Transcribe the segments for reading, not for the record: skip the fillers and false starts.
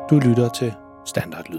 Du lytter til Standardlyd.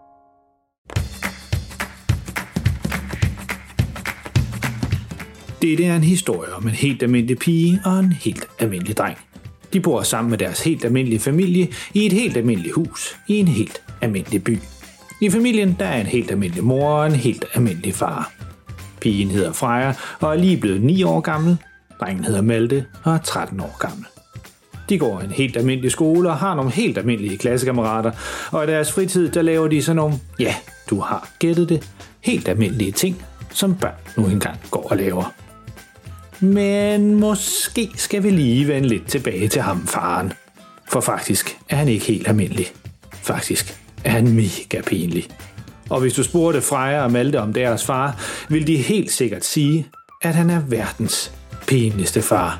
Det er en historie om en helt almindelig pige og en helt almindelig dreng. De bor sammen med deres helt almindelige familie i et helt almindeligt hus i en helt almindelig by. I familien der er en helt almindelig mor og en helt almindelig far. Pigen hedder Freja og er lige blevet 9 år gammel. Drengen hedder Malte og er 13 år gammel. De går i en helt almindelig skole og har nogle helt almindelige klassekammerater, og i deres fritid der laver de sådan nogle, ja, du har gættet det, helt almindelige ting, som børn nu engang går og laver. Men måske skal vi lige vende lidt tilbage til ham, faren. For faktisk er han ikke helt almindelig. Faktisk er han mega pinlig. Og hvis du spurgte Freja og Malte om deres far, vil de helt sikkert sige, at han er verdens pinligste far.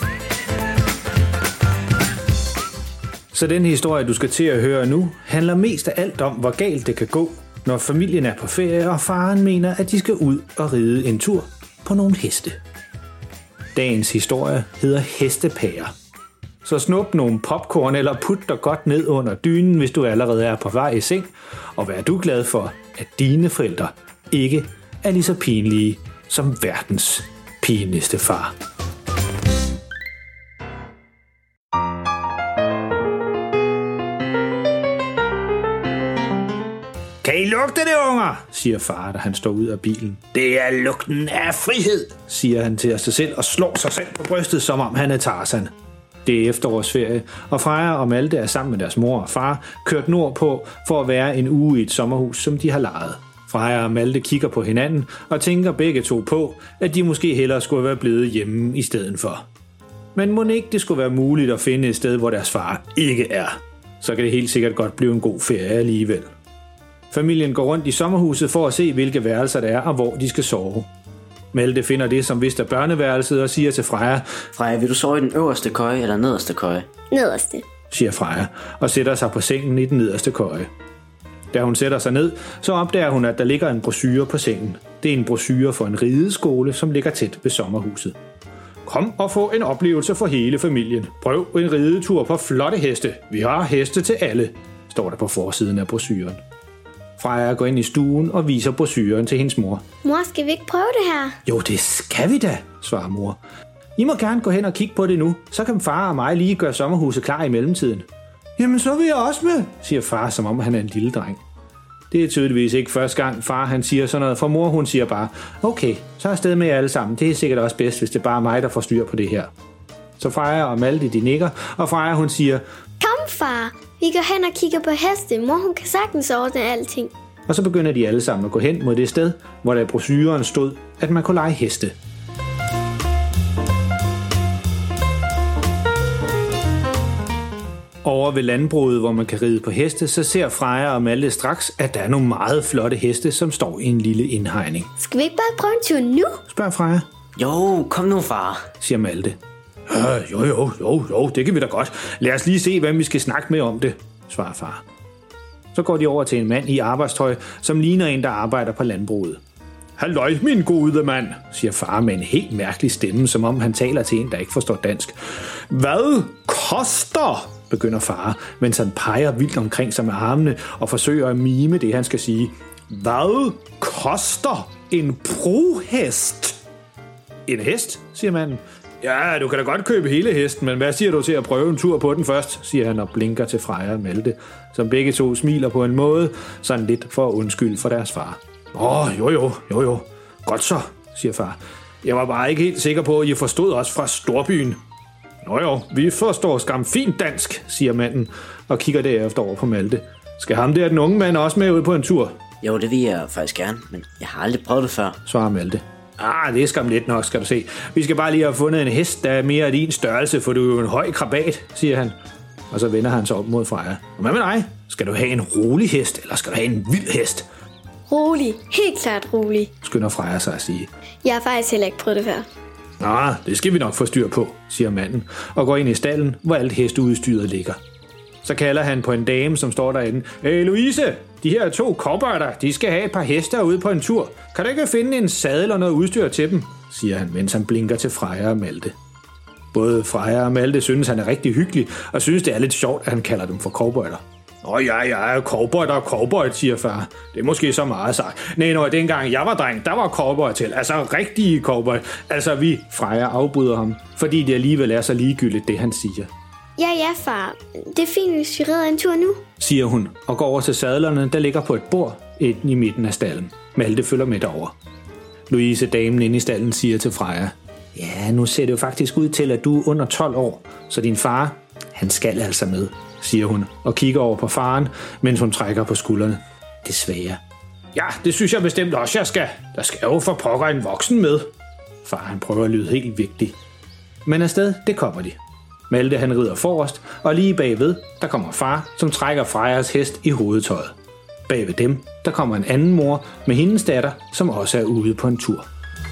Så den historie, du skal til at høre nu, handler mest af alt om, hvor galt det kan gå, når familien er på ferie, og faren mener, at de skal ud og ride en tur på nogle heste. Dagens historie hedder Hestepærer. Så snup nogle popcorn eller put dig godt ned under dynen, hvis du allerede er på vej i seng, og vær du glad for, at dine forældre ikke er lige så pinlige som verdens pinligste far. Kan I lugte det, unger? Siger far, da han står ud af bilen. Det er lugten af frihed, siger han til sig selv og slår sig selv på brystet, som om han er Tarzan. Det er efterårsferie, og Freja og Malte er sammen med deres mor og far kørt nordpå for at være en uge i et sommerhus, som de har lejet. Freja og Malte kigger på hinanden og tænker begge to på, at de måske hellere skulle være blevet hjemme i stedet for. Men mon ikke det skulle være muligt at finde et sted, hvor deres far ikke er. Så kan det helt sikkert godt blive en god ferie alligevel. Familien går rundt i sommerhuset for at se, hvilke værelser der er, og hvor de skal sove. Malte finder det, som vist er børneværelset, og siger til Freja, Freja, vil du sove i den øverste køje eller nederste køje? Nederste, siger Freja, og sætter sig på sengen i den nederste køje. Da hun sætter sig ned, så opdager hun, at der ligger en brochure på sengen. Det er en brochure for en rideskole, som ligger tæt ved sommerhuset. Kom og få en oplevelse for hele familien. Prøv en ridetur på flotte heste. Vi har heste til alle, står der på forsiden af brochuren. Freja går ind i stuen og viser brochuren til hendes mor. Mor, skal vi ikke prøve det her? Jo, det skal vi da, svarer mor. I må gerne gå hen og kigge på det nu, så kan far og mig lige gøre sommerhuset klar i mellemtiden. Jamen, så vil jeg også med, siger far, som om han er en lille dreng. Det er tydeligvis ikke første gang, far han siger sådan noget, for mor hun siger bare, okay, så er afsted med jer alle sammen. Det er sikkert også bedst, hvis det er bare mig, der får styr på det her. Så Freja og Malte, de nikker, og Freja hun siger, kom far, vi går hen og kigger på heste. Mor hun kan sagtens ordne alting. Og så begynder de alle sammen at gå hen mod det sted, hvor der i brochuren stod, at man kunne lege heste. Over ved landbruget, hvor man kan ride på heste, så ser Freja og Malte straks, at der er nogle meget flotte heste, som står i en lille indhegning. Skal vi ikke bare prøve en tur nu? Spørger Freja. Jo, kom nu, far, siger Malte. Jo, det kan vi da godt. Lad os lige se, hvem vi skal snakke med om det, svarer far. Så går de over til en mand i arbejdstøj, som ligner en, der arbejder på landbruget. Halløj, min gode mand, siger far med en helt mærkelig stemme, som om han taler til en, der ikke forstår dansk. Hvad koster? Begynder far, mens han peger vildt omkring sig med armene og forsøger at mime det, han skal sige. Hvad koster en prohest? En hest, siger manden. Ja, du kan da godt købe hele hesten, men hvad siger du til at prøve en tur på den først, siger han og blinker til Freja og Malte, som begge to smiler på en måde, sådan lidt for at undskylde for deres far. Jo. Godt så, siger far. Jeg var bare ikke helt sikker på, at I forstod os fra storbyen. Jo, vi forstår skam fint dansk, siger manden, og kigger derefter over på Malte. Skal ham der den unge mand også med ud på en tur? Jo, det vil jeg faktisk gerne, men jeg har aldrig prøvet det før, svarer Malte. Det er skam lidt nok, skal du se. Vi skal bare lige have fundet en hest, der er mere af din størrelse, for du er jo en høj krabat, siger han. Og så vender han sig op mod Freja. Og hvad med dig? Skal du have en rolig hest, eller skal du have en vild hest? Rolig. Helt klart rolig. Skynder Freja sig at sige. Jeg har faktisk heller ikke prøvet det før. Det skal vi nok få styr på, siger manden, og går ind i stallen, hvor alt hesteudstyret ligger. Så kalder han på en dame, som står derinde. Hey Louise, de her 2 cowboyder, de skal have et par heste ude på en tur. Kan du ikke finde en sadel og noget udstyr til dem? Siger han, mens han blinker til Freja og Malte. Både Freja og Malte synes, han er rigtig hyggelig, og synes, det er lidt sjovt, at han kalder dem for cowboyder. Ja, cowboy, der er cowboy, siger far. Det er måske så meget sagt. Nej, dengang jeg var dreng, der var cowboy til. Altså rigtige cowboy. Altså vi, Freja afbryder ham, fordi det alligevel er så ligegyldigt, det han siger. Ja, far. Det er fint, hvis vi redder en tur nu, siger hun, og går over til sadlerne, der ligger på et bord inde i midten af stallen. Malte følger med derover. Louise, damen inde i stallen, siger til Freja: Ja, nu ser det jo faktisk ud til, at du er under 12 år, så din far, han skal altså med, siger hun, og kigger over på faren, mens hun trækker på skuldrene. Desværre. Ja, det synes jeg bestemt også, jeg skal. Der skal jo for pokker en voksen med. Far, han prøver at lyde helt vigtig. Men afsted, det kommer de. Malte, han rider forrest, og lige bagved, der kommer far, som trækker Frejas hest i hovedtøjet. Bagved dem, der kommer en anden mor med hendes datter, som også er ude på en tur.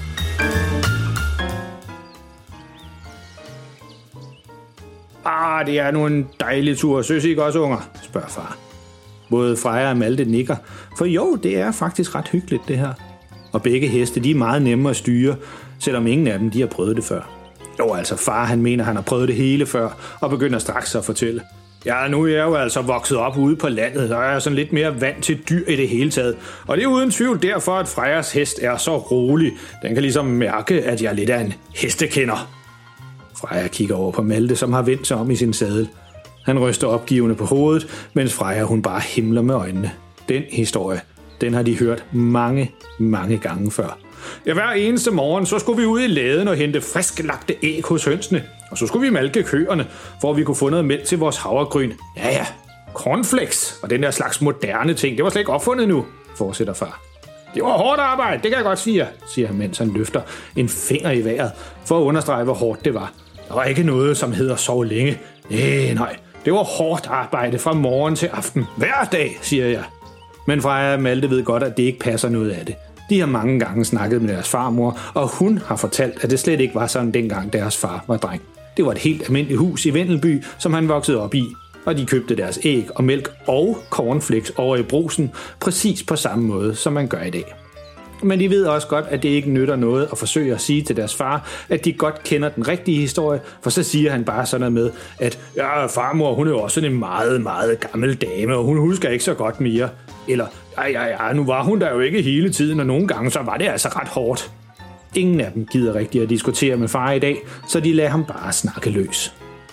Det er nu en dejlig tur, synes I ikke også, unger? Spørger far. Både Freja og Malte nikker, for jo, det er faktisk ret hyggeligt, det her. Og begge heste, de er meget nemme at styre, selvom ingen af dem, de har prøvet det før. Jo, altså far, han mener, han har prøvet det hele før, og begynder straks at fortælle. Ja, nu er jeg jo altså vokset op ude på landet, og jeg er sådan lidt mere vant til dyr i det hele taget. Og det er uden tvivl derfor, at Frejas hest er så rolig. Den kan ligesom mærke, at jeg er lidt af en hestekender. Freja kigger over på Malte, som har vendt sig om i sin sadel. Han ryster opgivende på hovedet, mens Freja, hun bare himler med øjnene. Den historie, den har de hørt mange, mange gange før. Ja, hver eneste morgen, så skulle vi ud i laden og hente frisklagte æg hos hønsene. Og så skulle vi malke køerne, for at vi kunne få noget mælk til vores havregryn. Ja, cornflakes og den der slags moderne ting, det var slet ikke opfundet nu, fortsætter far. Det var hårdt arbejde, det kan jeg godt sige, siger han, mens han løfter en finger i vejret, for at understrege, hvor hårdt det var. Der var ikke noget, som hedder sove længe. Nej, det var hårdt arbejde fra morgen til aften. Hver dag, siger jeg. Men Freja og Malte ved godt, at det ikke passer noget af det. De har mange gange snakket med deres farmor, og hun har fortalt, at det slet ikke var sådan, dengang deres far var dreng. Det var et helt almindeligt hus i Vendelby, som han voksede op i, og de købte deres æg og mælk og cornflakes over i Brugsen, præcis på samme måde, som man gør i dag. Men de ved også godt, at det ikke nytter noget at forsøge at sige til deres far, at de godt kender den rigtige historie, for så siger han bare sådan noget med, at ja, farmor, hun er jo også sådan en meget, meget gammel dame, og hun husker ikke så godt mere. Eller, ja, nu var hun der jo ikke hele tiden, og nogle gange så var det altså ret hårdt. Ingen af dem gider rigtigt at diskutere med far i dag, så de lader ham bare snakke løs.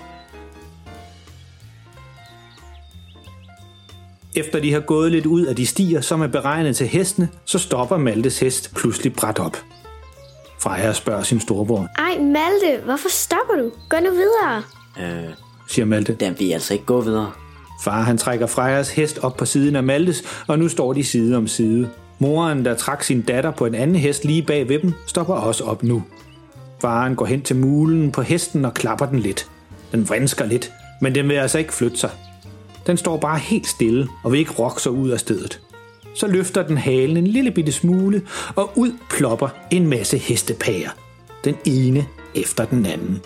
Efter de har gået lidt ud af de stier, som er beregnet til hestene, så stopper Maltes hest pludselig brat op. Freja spørger sin storebror. Ej, Malte, hvorfor stopper du? Gå nu videre. Siger Malte. Den vil altså ikke gå videre. Far, han trækker Frejas hest op på siden af Maltes, og nu står de side om side. Moren, der trak sin datter på en anden hest lige bag ved dem, stopper også op nu. Faren går hen til mulen på hesten og klapper den lidt. Den vrinsker lidt, men den vil altså ikke flytte sig. Den står bare helt stille og vil ikke rokke sig ud af stedet. Så løfter den halen en lille bitte smule, og ud plopper en masse hestepager. Den ene efter den anden.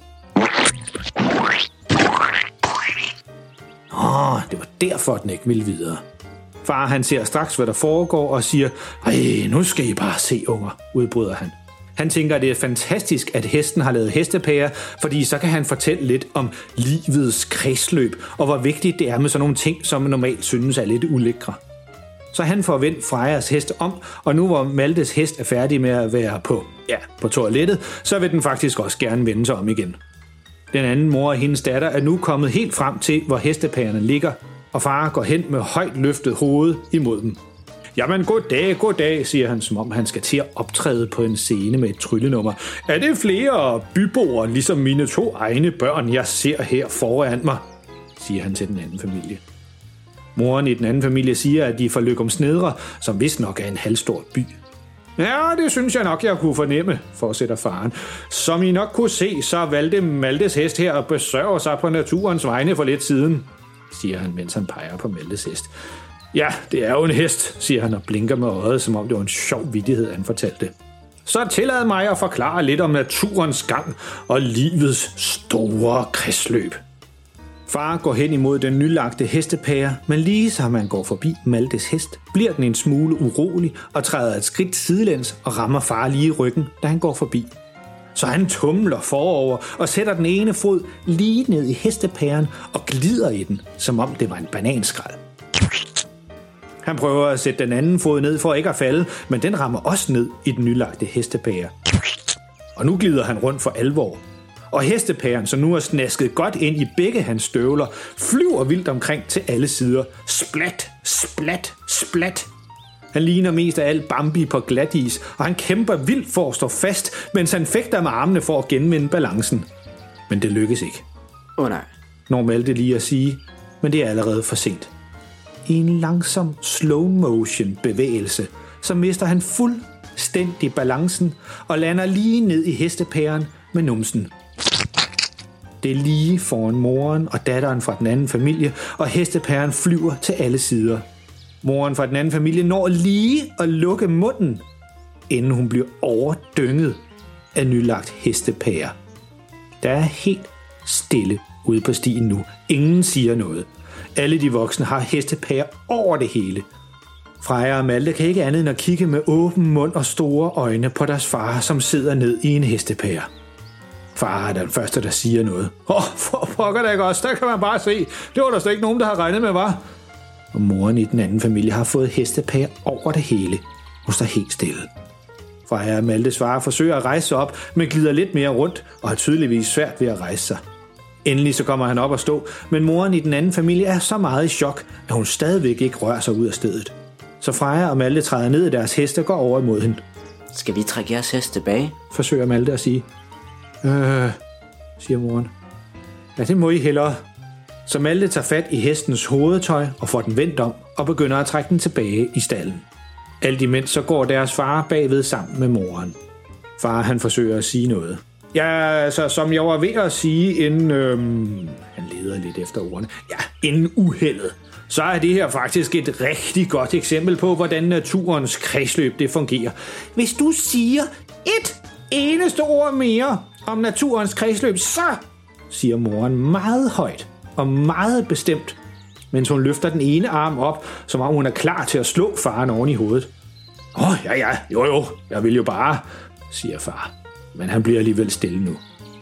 Det var derfor, den ikke ville videre. Far, han ser straks, hvad der foregår, og siger, nu skal I bare se, unger, udbryder han. Han tænker, at det er fantastisk, at hesten har lavet hestepager, fordi så kan han fortælle lidt om livets kredsløb, og hvor vigtigt det er med sådan nogle ting, som man normalt synes er lidt ulækre. Så han får vendt Frejas hest om, og nu hvor Maltes hest er færdig med at være på toilettet, så vil den faktisk også gerne vende sig om igen. Den anden mor og hendes datter er nu kommet helt frem til, hvor hestepagerne ligger, og far går hen med højt løftet hoved imod dem. Jamen, goddag, siger han, som om han skal til at optræde på en scene med et tryllenummer. Er det flere byboere, ligesom mine 2 egne børn, jeg ser her foran mig, siger han til den anden familie. Moren i den anden familie siger, at de er fra Løgumsnedre, som vist nok er en halvstor by. Ja, det synes jeg nok, jeg kunne fornemme, fortsætter faren. Som I nok kunne se, så valgte Maltes hest her at besørge sig på naturens vegne for lidt siden, siger han, mens han peger på Maltes hest. Ja, det er jo en hest, siger han og blinker med øjet, som om det var en sjov vittighed, han fortalte. Så tillad mig at forklare lidt om naturens gang og livets store kredsløb. Far går hen imod den nylagte hestepage, men lige som han går forbi Maltes hest, bliver den en smule urolig og træder et skridt sidelæns og rammer far lige i ryggen, da han går forbi. så han tumler forover og sætter den ene fod lige ned i hestepæren og glider i den, som om det var en bananskrald. Han prøver at sætte den anden fod ned for ikke at falde, men den rammer også ned i den nylagte hestepære. Og nu glider han rundt for alvor. Og hestepæren, som nu er snasket godt ind i begge hans støvler, flyver vildt omkring til alle sider. Splat, splat, splat. Han ligner mest af alt Bambi på glatis, og han kæmper vildt for at stå fast, mens han fægter med armene for at genvinde balancen. Men det lykkes ikke. Nej. Når Malte lige at sige, men det er allerede for sent. I en langsom slow motion bevægelse, så mister han fuldstændig balancen og lander lige ned i hestepæren med numsen. Det er lige foran moren og datteren fra den anden familie, og hestepæren flyver til alle sider. Moren fra den anden familie når lige at lukke munden, inden hun bliver overdynget af nylagt hestepære. Der er helt stille ude på stien nu. Ingen siger noget. Alle de voksne har hestepære over det hele. Freja og Malte kan ikke andet end at kigge med åben mund og store øjne på deres far, som sidder ned i en hestepære. Far er den første, der siger noget. For pokker da ikke også, der kan man bare se. Det var der slet ikke nogen, der har regnet med, var. Og moren i den anden familie har fået hestepære over det hele. Hun står helt stille. Freja og Maltes far forsøger at rejse sig op, men glider lidt mere rundt og har tydeligvis svært ved at rejse sig. Endelig så kommer han op at stå, men moren i den anden familie er så meget i chok, at hun stadigvæk ikke rører sig ud af stedet. Så Freja og Malte træder ned i deres heste og går over imod hende. Skal vi trække jeres hest tilbage? Forsøger Malte at sige. Siger moren. Ja, det må I hellere. Så Malte tager fat i hestens hovedtøj og får den vendt om og begynder at trække den tilbage i stallen. Alt imens så går deres far bagved sammen med moren. Far han forsøger at sige noget. Ja, så som jeg var ved at sige inden... han leder lidt efter ordene. Ja, inden uheldet. Så er det her faktisk et rigtig godt eksempel på, hvordan naturens kredsløb det fungerer. Hvis du siger et eneste ord mere om naturens kredsløb, så, siger moren meget højt og meget bestemt, mens hun løfter den ene arm op, som om hun er klar til at slå faren oven i hovedet. Jo, jeg vil jo bare, siger far, men han bliver alligevel stille nu.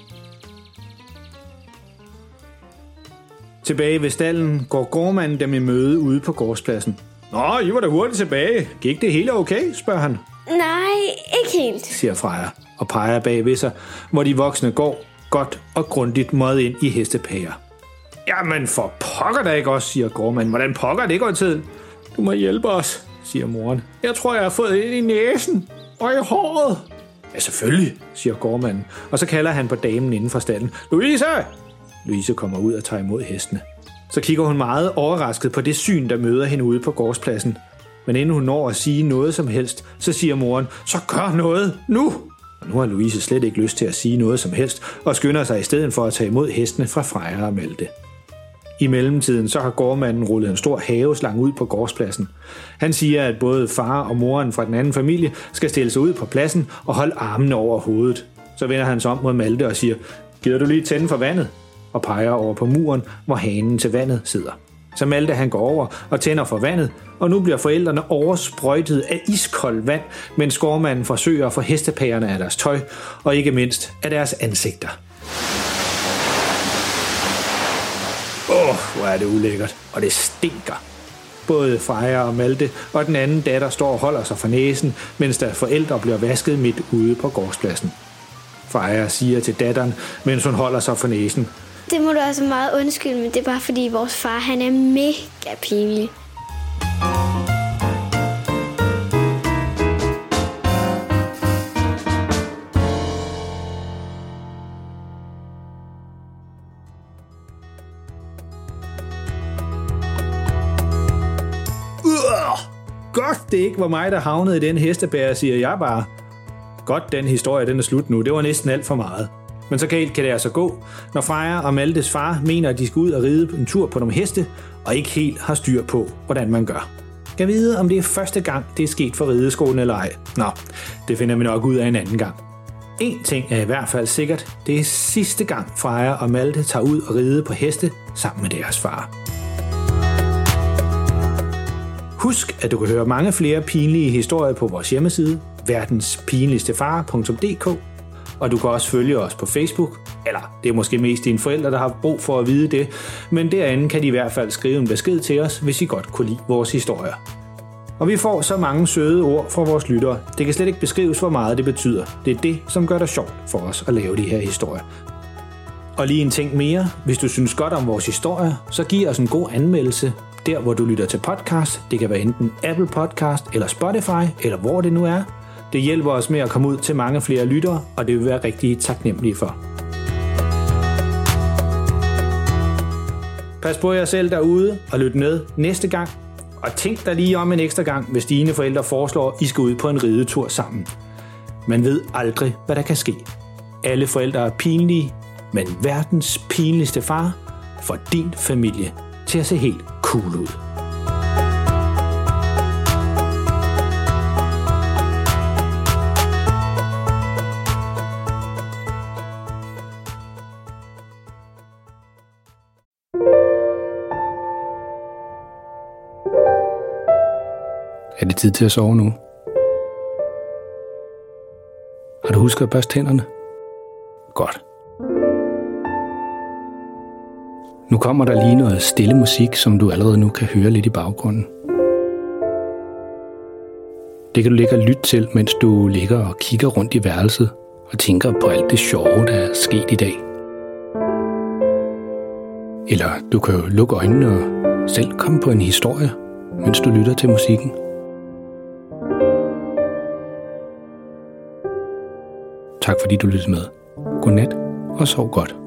Tilbage ved stallen går gårdmanden dem i møde ude på gårdspladsen. Nå, I var da hurtigt tilbage. Gik det hele okay, spørger han. Nej, ikke helt, siger Freja og peger bag ved sig, hvor de voksne går godt og grundigt møjet ind i hestepærer. Jamen for pokker da ikke også, siger gårdmanden. Hvordan pokker det går i tiden? Du må hjælpe os, siger moren. Jeg tror, jeg har fået ind i næsen og i håret. Ja, selvfølgelig, siger gårdmanden, og så kalder han på damen inden for stallen. Louise! Louise kommer ud og tager imod hestene. Så kigger hun meget overrasket på det syn, der møder hende ude på gårdspladsen. Men inden hun når at sige noget som helst, så siger moren, så gør noget nu! Og nu har Louise slet ikke lyst til at sige noget som helst, og skynder sig i stedet for at tage imod hestene fra Freja og Malte. I mellemtiden så har gårdmanden rullet en stor haveslange ud på gårdspladsen. Han siger, at både far og moren fra den anden familie skal stille sig ud på pladsen og holde armene over hovedet. Så vender han sig om mod Malte og siger, gider du lige tænde for vandet? Og peger over på muren, hvor hanen til vandet sidder. Så Malte han går over og tænder for vandet, og nu bliver forældrene oversprøjtet af iskoldt vand, mens gårdmanden forsøger at få hestepærerne af deres tøj, og ikke mindst af deres ansigter. Hvor er det ulækkert, og det stinker. Både Freja og Malte og den anden datter står og holder sig for næsen, mens deres forældre bliver vasket midt ude på gårdspladsen. Freja siger til datteren, mens hun holder sig for næsen. Det må du altså meget undskylde, men det er bare fordi vores far, han er mega pinlig. Godt, det ikke var mig, der havnede i den hestebære, siger jeg bare. Godt, den historie, den er slut nu. Det var næsten alt for meget. Men så galt kan det altså gå, når Freja og Maltes far mener, at de skal ud og ride en tur på nogle heste, og ikke helt har styr på, hvordan man gør. Kan vide, om det er første gang, det er sket for rideskolen eller ej. Nå, det finder vi nok ud af en anden gang. En ting er i hvert fald sikkert, det er sidste gang Freja og Malte tager ud og ride på heste sammen med deres far. Husk, at du kan høre mange flere pinlige historier på vores hjemmeside, verdenspinligstefar.dk, og du kan også følge os på Facebook. Eller det er måske mest dine forældre, der har brug for at vide det, men derinde kan de i hvert fald skrive en besked til os, hvis I godt kunne lide vores historier. Og vi får så mange søde ord fra vores lyttere. Det kan slet ikke beskrives, hvor meget det betyder. Det er det, som gør det sjovt for os at lave de her historier. Og lige en ting mere. Hvis du synes godt om vores historier, så giv os en god anmeldelse der, hvor du lytter til podcast. Det kan være enten Apple Podcast eller Spotify, eller hvor det nu er. Det hjælper os med at komme ud til mange flere lyttere, og det vil være rigtig taknemmelige for. Pas på jer selv derude og lyt med næste gang. Og tænk dig lige om en ekstra gang, hvis dine forældre foreslår, at I skal ud på en ridetur sammen. Man ved aldrig, hvad der kan ske. Alle forældre er pinlige, men verdens pinligste far får din familie til at se helt cool ud. Er det tid til at sove nu? Har du husket at børste tænderne? Godt. Nu kommer der lige noget stille musik, som du allerede nu kan høre lidt i baggrunden. Det kan du ligge og lytte til, mens du ligger og kigger rundt i værelset og tænker på alt det sjove, der er sket i dag. Eller du kan jo lukke øjnene og selv komme på en historie, mens du lytter til musikken. Tak fordi du lyttede med. Godnat og sov godt.